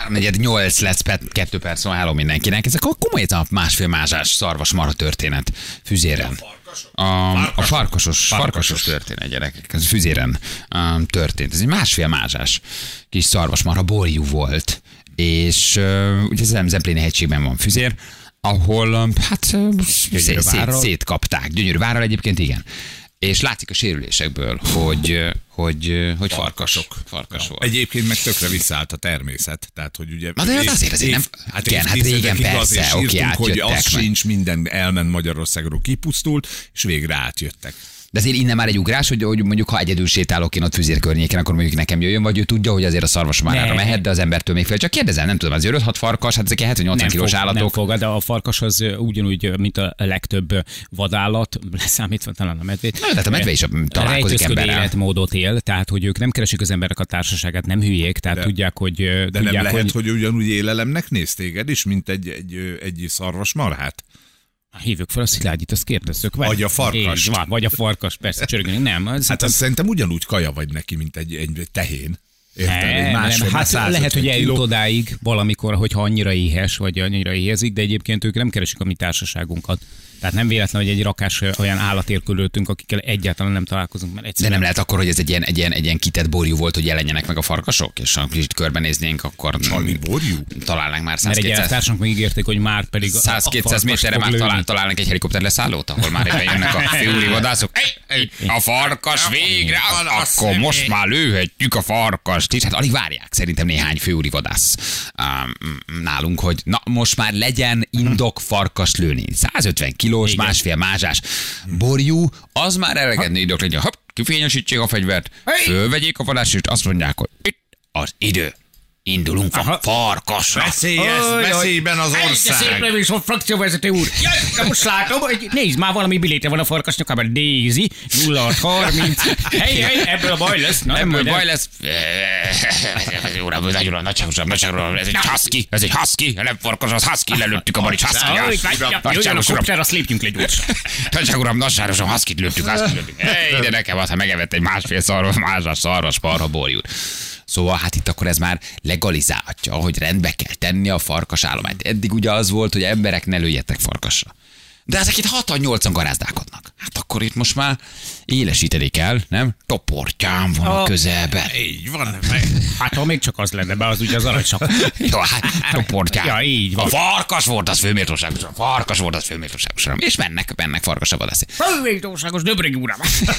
3:48 lesz, 2 perc van, álló mindenkinek. Ez a komoly, ez a másfél mázsás szarvasmarha történet Füzéren. A farkasos történet, gyerekek. Ez Füzéren történt. Ez egy másfél mázsás kis szarvasmarha borjú volt. És ugye ez Zempléni hegységben van Füzér, ahol hát szétkapták. Gyönyörűvárral egyébként, igen. És látszik a sérülésekből, hogy farkas volt. Egyébként meg tökre visszaállt a természet. Tehát, hogy ugye... Na de azért nem... Hát régen persze, oké, átjöttek. Hogy az sincs, minden elment Magyarországról, kipusztult, és végre átjöttek. De azért innen már egy ugrás, hogy mondjuk ha egyedül sétálok én ott Füzér környéken, akkor mondjuk nekem jöjjön, vagy ő tudja, hogy azért a szarvasmarhára mehet, de az embertől még fél. Csak kérdezel, nem tudom, az 5-6 farkas, hát ezek 70-80 kilós állatok. Nem fog, de a farkas az ugyanúgy, mint a legtöbb vadállat, leszámítva talán a medvét. Tehát a medve is találkozik emberrel. Életmódot él, tehát hogy ők nem keresik az emberek a társaságát, nem hülyék, tehát tudják, hogy... De nem lehet, hogy ugyanúgy élelemnek néz téged is, mint egy szarvasmarhát? Hívjuk fel a Szilágyit, azt kérdezzük. Vagy a farkas. Vagy a farkas, persze, csörgünk. Nem. Hát azt szerintem ugyanúgy kaja vagy neki, mint egy tehén. Érted? Hát lehet, hogy eljut odáig valamikor, hogyha annyira éhes, vagy annyira éhezik, de egyébként ők nem keresik a mi társaságunkat. Tehát nem véletlen, hogy egy rakás olyan állat ér körülöttünk, akikkel egyáltalán nem találkozunk. Mert de nem lehet akkor, hogy ez egy ilyen kitett borjú volt, hogy jelenjenek meg a farkasok, és ha kicsit körbenéznénk, akkor borjú? Találnánk már 100-200. Mert egy társadalmak megígérték, hogy már pedig 100-200 méterre már találnánk egy helikopter leszállót, ahol már éppen jönnek a főúri vadászok. A farkas végre, akkor most már lőhetjük a farkast. És hát alig várják szerintem néhány főúri vadász nálunk, hogy na most már legyen indok farkast lőni. 150 kilós, másfél mázsás borjú, az már elegendő idők legyen. Hopp, kifényesítsék a fegyvert, fölvegyék a vadást, és azt mondják, hogy itt az idő. Indulunk a farkasra. Veszélyben az ország. Szép nevés a frakcióvezető úr. Jaj, most látom, hogy nézd már, valami biléte van a farkasnak, ában Daisy 0630. Hey, ebből a baj lesz. Ebből baj lesz. Uram, nagyon nagyságosabb. Ez egy husky, nem farkas, az husky, lelőttük a Barics husky. Nagyságos uram, azt lépjünk le gyorsan. Nagyságos uram, nagyságosan huskyt lőttük. Ide nekem az, ha megevett egy másfél szarvasmarha borjút. Szóval hát itt akkor ez már legalizálhatja, hogy rendbe kell tenni a farkas állományt. Eddig ugye az volt, hogy emberek ne lőjetek farkasra. De ezek itt 6-8-an garázdálkodnak. Hát akkor itt most már élesíteni kell, nem? Toportyám van a közelben. Így van. Hát ha még csak az lenne, be az ugye az aranysak. Jó, hát toportyám. Ja, így van. A farkas volt az főméltóságos. És mennek farkasra vadászni. Főméltóságos Döbregi uram.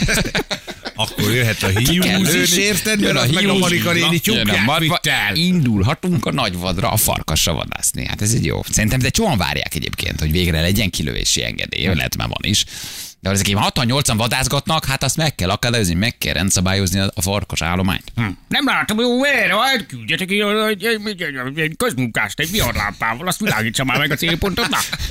Akkor jöhet a hiúz is, érted? Jön a meg a Marika néni tyúkját vitt el. Indulhatunk a nagyvadra a farkasra vadászni. Hát ez egy jó. Szerintem de csomóan várják egyébként, hogy végre legyen kilövési engedély. Lehet már van is. De ezek 6-8-an vadászgatnak, hát azt meg kell akadályozni, meg kell rendszabályozni a farkas állományt. Nem látom, jó vére, küldjetek egy közmunkást, egy viharlámpával, azt világítsa már meg a célpontot.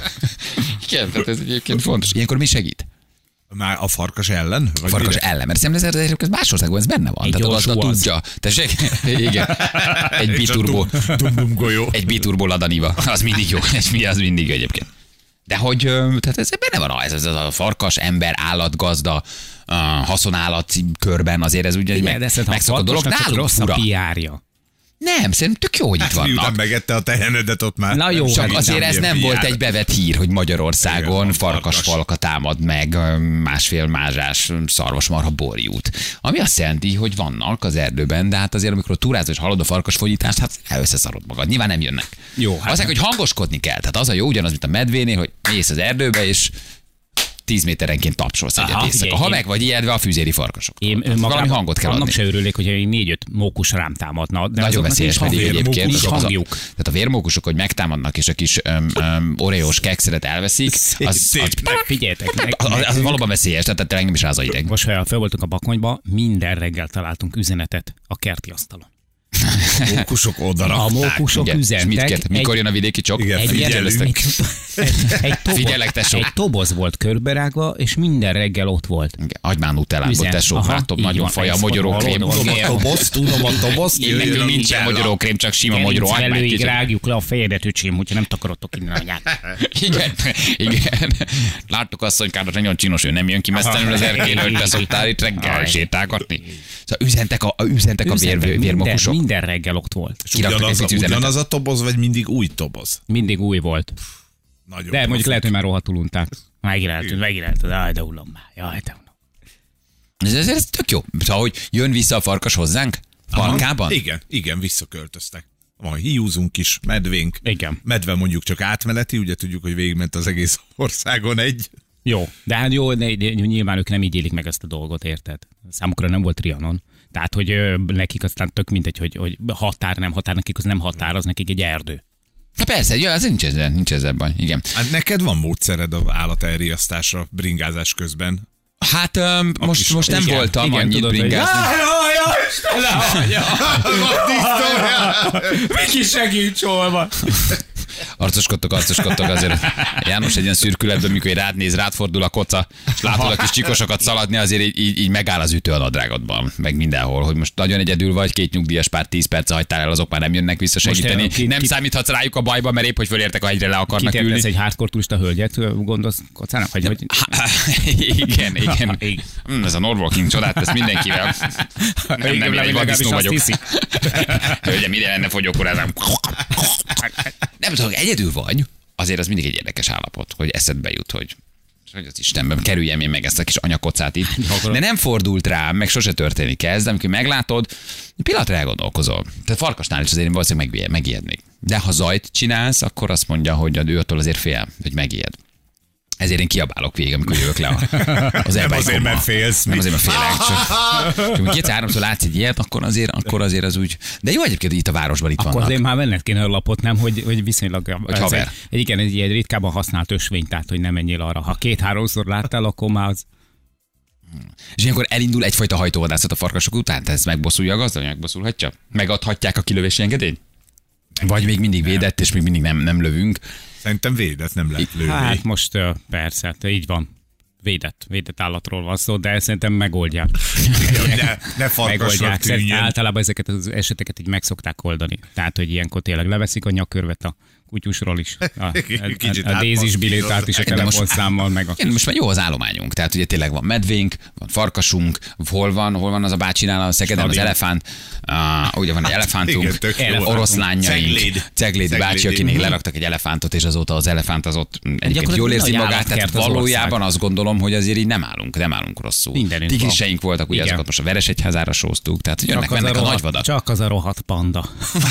Igen, tehát ez egyébként fontos. Ilyenkor mi segít? Már a farkas ellen? A farkas ellen, mert szerintem ez más országban ez benne van. Egy tehát az tudja. Tessék? Igen. Egy biturbo. Egy biturbo Ladaniva. Az mindig jó. Az mindig jó egyébként. De hogy, tehát ez benne van ez a farkas, ember, állat, gazda, haszonállat körben azért ez ugye megszokott dolog. Nálunk fura. Nem, szerintem tök jó, hogy itt vannak. Miután megette a tehenödet ott már. Na jó, csak azért ez nem volt egy bevett hír, hogy Magyarországon farkasfalka támad meg másfél mázsás szarvasmarha borjút. Ami azt jelenti, hogy vannak az erdőben, de hát azért amikor túrázol és hallod a farkasfogyítást, hát összeszarod magad. Nyilván nem jönnek. Jó, hát azt hogy hangoskodni kell. Tehát az a jó, ugyanaz, mint a medvénél, hogy mész az erdőbe, és 10 méterenként tapsolsz egyet éjszaka. Ha meg vagy ijedve a füzéri farkasok. Valami hangot kell adni. Annak se örülnék, hogyha 4-5 mókus rám támadna. De nagyon veszélyes pedig egyébként. Nincs hangjuk. Tehát a vérmókusok, hogy megtámadnak, és a kis oreós kekszeret elveszik, az figyeljetek. Az valóban veszélyes, tehát engem is ráz a ideg. Most, ha fel voltunk a Bakonyba, minden reggel találtunk üzenetet a kerti asztalon. A mókusok odarakták. A mókusok üzentek. Mikor jön a vidéki csok? Figyelek, tesó. Egy toboz volt körberágva, és minden reggel ott volt. Hagymán nutellából, tesó, látom, nagyon faja, a mogyorókrém. Tudom a tobozt. Nekünk nincsen mogyorókrém, csak sima mogyoró. Előig rágjuk le a fejedet, öcsém, hogyha nem takarodtok innen anyát. Igen. Láttuk asszonykádat, nagyon csinos, ő nem jön ki mesztelenül az erkélyről, hogy te szoktál itt reggel sétálgatni. Szóval üzentek a vérmókusok. Minden reggel ott volt. És ugyanaz a toboz, vagy mindig új toboz? Mindig új volt. Nagyon de mondjuk lehet, hogy már rohadtul unták. Megíráltad, jaj, de unom már, jaj, de unom. Ez tök jó. Szóval, hogy jön vissza a farkas hozzánk? Falkában? Igen, visszaköltöztek. Van hiúzunk is, medvénk. Igen. Medve mondjuk csak átmeneti, ugye tudjuk, hogy végigment az egész országon egy. Jó, de hát jó, nyilván ők nem így élik meg ezt a dolgot, érted? Számukra nem volt Trianon. Tehát, hogy nekik aztán tök mindegy, hogy határ, nem határ, nekik az nem határ, az nekik egy erdő. Na persze, jó, az nincs ezzel baj, igen. Hát neked van módszered az állaterriasztásra bringázás közben? Hát most nem voltam annyit bringázni. Miki segíts, hol van? Arcoskodtok azért. János egy ilyen szürkületben, mikor rád néz, rád fordul a koca, és látod a kis csikosokat szaladni, azért így megáll az ütő a nadrágodban, meg mindenhol, hogy most nagyon egyedül vagy, 2 nyugdíjas pár 10 perc hagytál el, azok már nem jönnek vissza segíteni. Nem számíthatsz rájuk a bajba, mert épp, hogy fölértek a hegyre, le akarnak ülni. Kitértesz egy hardcore turista hölgyet, gondolsz kocának? Vagy... Igen. Ez a Norwalking csodát tesz mindenkivel. Nem, egy vadisznó vagyok. Hölgyem, ide lenne fogyókúrázám. Nem tudom, egyedül vagy, azért az mindig egy érdekes állapot, hogy eszedbe jut, hogy az Istenben kerüljem én meg ezt a kis anyakocát itt. De nem fordult rám, meg sose történik ez, de amikor meglátod, pillanatra elgondolkozol. Tehát farkasnál is azért valószínűleg megijednék. De ha zajt csinálsz, akkor azt mondja, hogy ő attól azért fél, hogy megijed. Ezért én kiabálok végig, amikor jövök le az nem azért, mert félsz. Nem azért, mert félek. Csak 2-3-szor látsz egy ilyet, akkor azért az úgy... De jó egyébként, itt a városban itt akkor vannak. Akkor azért már venned kéne a lapot, nem? Hogy viszonylag... Hogy haver. Igen, egy ritkában használt ösvény, tehát hogy nem menjél arra. Ha 2-3-szor láttál, akkor már az... És ilyenkor elindul egyfajta hajtóvadászat a farkasok után? Tehát ez megbosszulja a gazda, megbosszulhatja? Megadhatják a kilövési engedélyt? Vagy még mindig védett, és még mindig nem lövünk? Szerintem védett, nem lehet lőni. Hát most persze, így van. Védett állatról van szó, de szerintem megoldják. Ne farkasnak tűnjön. Általában ezeket az eseteket így meg szokták oldani. Tehát, hogy ilyenkor tényleg leveszik a nyakkörvet a kutyusról is. A Dézis billétát is a telefonszámmal. Most már jó az állományunk. Tehát ugye tényleg van medvénk, van farkasunk, hol van az a bácsinál a Szegeden, az elefánt. Ugye van egy elefántunk, oroszlányaink, Ceglédi bácsi, akinek leraktak egy elefántot, és azóta az elefánt az ott egyébként jól érzi magát. Tehát valójában azt gondolom, hogy azért így nem állunk rosszul. Tigriseink voltak, ugye azokat most a Veresegyházára sóztuk, tehát jönnek, mennek a nagyvadak. Csak az a rohadt panda.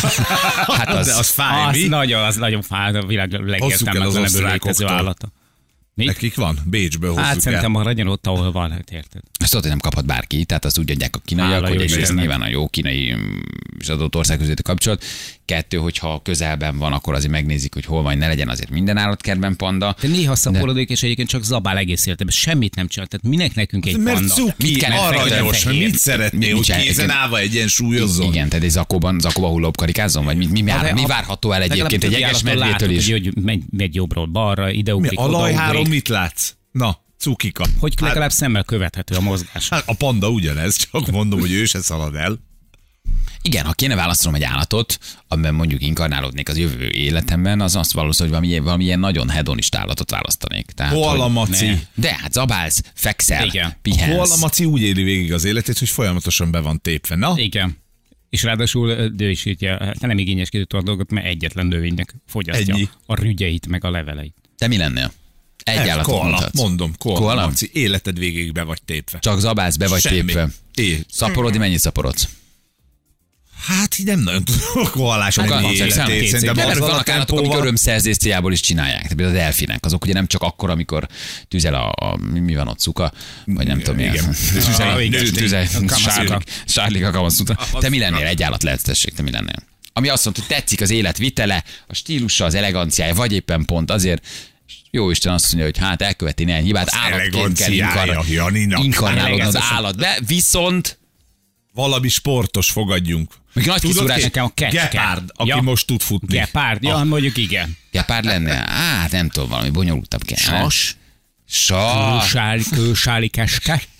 Hát az fáj. Az nagyon fáj, a világ legértelmetlenebből létező állata. Nekik van? Bécsből hozzuk Hát szerintem maradjon ott, ahol van, hát érted. Ezt tudod, hogy nem kaphat bárki, tehát azt úgy adják a kínaiak, hogy egyrészt nyilván a jó kínai és adott ország közötti kapcsolat. 2, hogyha közelben van, akkor azért megnézik, hogy hol van, ne legyen azért minden állatkertben panda. De néha szaporodik, és egyébként csak zabál egész életében. Semmit nem csinál. Tehát minek nekünk egy panda? Mert cuki, aranyos, mit szeretnél, hogy kézen állva egyensúlyozzon? Igen, tehát egy zakóban hullóbb karikázzon? Vagy mi várható el egyébként egy jeges medvétől is? Hogy megy jobbról balra, ide ugrik, alajháron mit látsz? Na, cukika. Hogy legalább szemmel követhető a mozgás. Hát a panda ugyanez, csak mondom, hogy ő se szalad el. Igen, ha kéne választanom egy állatot, amiben mondjuk inkarnálódnék az jövő életemben, az azt valószínű, hogy valamilyen nagyon hedonista állatot választanék. Koala maci. De hát zabálsz, fekszel, igen. pihensz. A koala maci úgy éli végig az életét, hogy folyamatosan be van tépve. Na? Igen. És ráadásul ő is így, nem igényeskedő a dolgot, mert egyetlen növénynek fogyasztja a rügyeit, meg a leveleit. Te mi lennél? Egy állatot mutatsz. Mondom, koala maci. Életed végig be vagy tépve. Csak zabálsz, be vagy tépve. Szaporodi, mennyit szaporodsz? Hát így nem nagyon tudok koalások életét. De vannak állatok, amik örömszerzés céljából is csinálják. Tehát például a delfinek, azok ugye nem csak akkor, amikor tüzel mi van ott, szuka, vagy nem tudom milyen. Tüzel, sárlika kamaszuta. Te mi lennél? Egy állat lehetsz, tessék, te mi lennél? Ami azt mondta, hogy tetszik az élet vitele, a stílusa, az eleganciája, vagy éppen pont azért, jó Isten azt mondja, hogy hát elköveti néhány hibát, állatként kell inkarnálódnod állatbe, viszont valami sportos, fogadjunk. Még nagy kiszúrás nekem a kecske. Gepárd, aki most tud futni. Gepárd, mondjuk igen. Gepárd lenne? Hát nem tudom, valami bonyolultabb kell. Sas. Kősáli keske.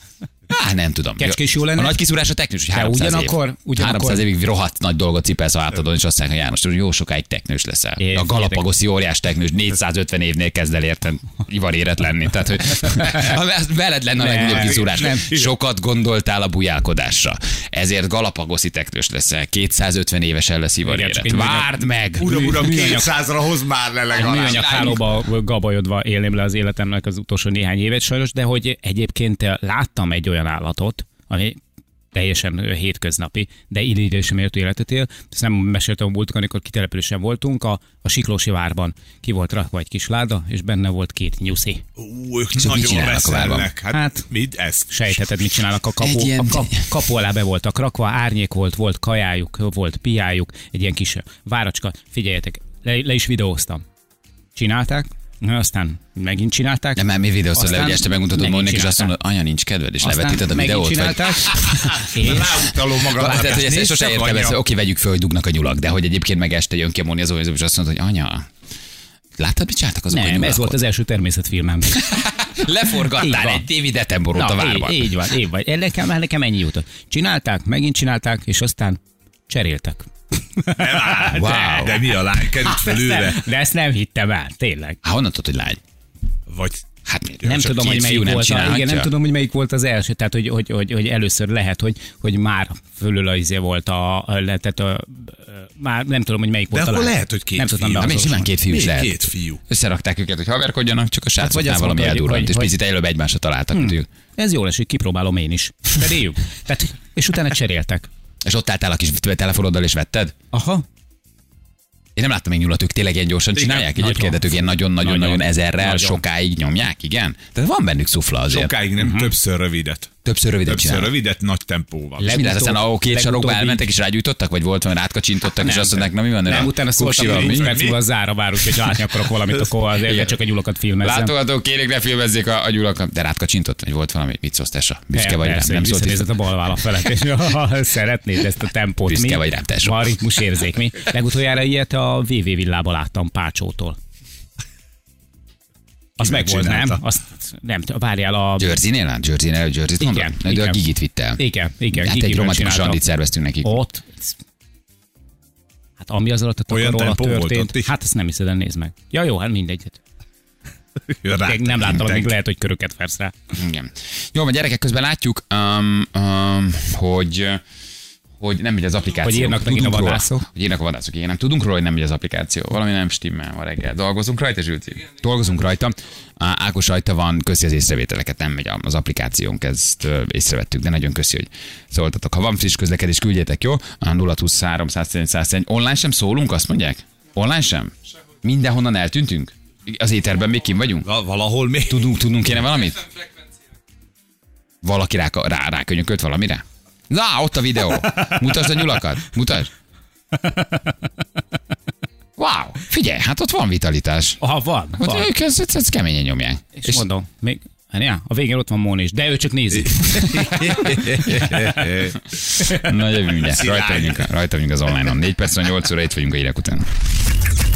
Nem tudom. Kecske is jó lenne. A nagy kiszúrás a teknős, hogy 300 ugyanakkor, 300 évig rohadt nagy dolgot cipelsz a hátadon, és azt mondják, hogy János, jó sokáig teknős leszel. A Galapagoszi óriás teknős 450 évnél kezd el érten ivaréret lenni. Tehát, hogy veled lenne a legnagyobb kiszúrás. Sokat gondoltál a bujálkodásra. Ezért Galapagoszi teknős leszel. 250 évesen lesz ivaréret. Várd meg! Uram, 200-ra hoz már le legalább. Műanyag hálóba gabajodva élném le az életemnek az utolsó néhány évet sajnos, de hogy egyébként láttam egy olyan állatot, ami teljesen hétköznapi, de idő sem méltó életet él. Ezt nem meséltem a múltkor, amikor kitelepülésen voltunk, a Siklósi várban ki volt rakva egy kis láda, és benne volt 2 nyuszi. Ők nagyon veszelnek. Hát mit ez? Sejtheted, mit csinálnak a kapu. A kapu alá be voltak rakva, árnyék volt kajájuk, volt piájuk, egy ilyen kis váracska. Figyeljetek, le is videóztam. Csinálták, aztán megint csinálták. Nem, már mi videóztad le, hogy este megmutatod Móninak, és azt mondod, anya, nincs kedved, és levetíted a videót. Csinálták. Ráutaló magam. Tehát, hogy ezt sosem értem, ezt, oké, vegyük föl, hogy dugnak a nyulak, de hogy egyébként meg este jön ki a Móni az óvizóba, és azt mondod, hogy anya, láttad, mit csináltak azok a nyulakot? Nem, ez volt az első természetfilmem. Leforgattál egy David Attenborough a várban. Így van. Nekem ennyi jutott. Csinálták, megint csinálták, és aztán cseréltek. Wow. De mi a lány került fel őre? De ezt nem hittem el, tényleg. Honnan tudod, hogy lány? Vagy nem tudom, hogy melyik volt. Nem tudom, hogy melyik volt az első. Tehát, hogy először lehet, hogy már fölül volt már nem tudom, hogy melyik volt. De akkor lehet, hogy 2 fiú. Nem, még simán 2 fiú is lehet. 2 fiú. Összerakták őket, hogy haverkodjanak, csak a srácoknál valami eldurrant, és picit előbb egymásra találtak. Ez jól esik, kipróbálom én is. Cseréljük. És utána cseréltek. És ott álltál a kis telefonoddal, és vetted? Aha. Én nem láttam még nyulat, ők tényleg ilyen gyorsan csinálják. Egyébként ők ilyen nagyon-nagyon ezerrel sokáig nyomják, igen? Tehát van bennük szufla azért. Sokáig nem, többször rövidet. Többször rövidet, nagy tempóval. Aztán a két sarokba elmentek és rágyújtottak, vagy volt valami rátkacsintottak, és azt mondták, na mi van? Nem, utána szóltam, hogy 20 perc múlva zára várunk, hogy látni akarok valamit, akkor azért csak a nyulokat filmezzem. Látogatók, kérjék, ne filmezzék a nyulokat. De rátkacsintott, vagy volt valami, mit szólsz, tesó? Büszke vagy rám, nem szólt. Visszanézett a bal válla felett, és szeretnéd ezt a tempót. Büszke vagy rám, tesó. Van ritmus érzék, mi? Legutoljára ilyet a VV villában láttam Pácsótól. Az meg volt, nem? Azt nem, várjál a... Jersey-nél mondom? De a Gigit vitt el. Igen. Hát egy romantikus randit szerveztünk nekik. Ott? Hát ami az alatt a takarólat történt, hát azt nem hiszed el, nézd meg. Ja jó, hát mindegy. Nem láttam, még lehet, hogy köröket versz rá. Igen. Jó, a gyerekek, közben látjuk, hogy nem megy az applikáció. Hogy írnak megint a vadászok. Igen, nem tudunk róla, hogy nem megy az applikáció. Valami nem stimmel ma reggel. Dolgozunk rajta, Zsülci? Dolgozunk rajta. Ákos rajta van, köszi az észrevételeket, nem megy az applikációnk, ezt észrevettük, de nagyon köszi, hogy szóltatok. Ha van friss közlekedés, küldjétek, jó? 023 141 online sem szólunk, azt mondják? Online sem? Mindenhonnan eltűntünk? Az éterben még kim vagyunk? Valahol még. Tudunk kéne valamit? Valaki rákönyökölt valamire? Na, ott a videó. Mutasd a nyulakat. Mutasd. Wow, figyelj, hát ott van vitalitás. Van. Ők ezt keményen nyomják. És mondom, még a végén ott van Móni is, de ő csak nézi. Na, jövünk mindjárt. Rajta vagyunk az online-on. 4 perc, 8 óra, itt vagyunk a hírek után.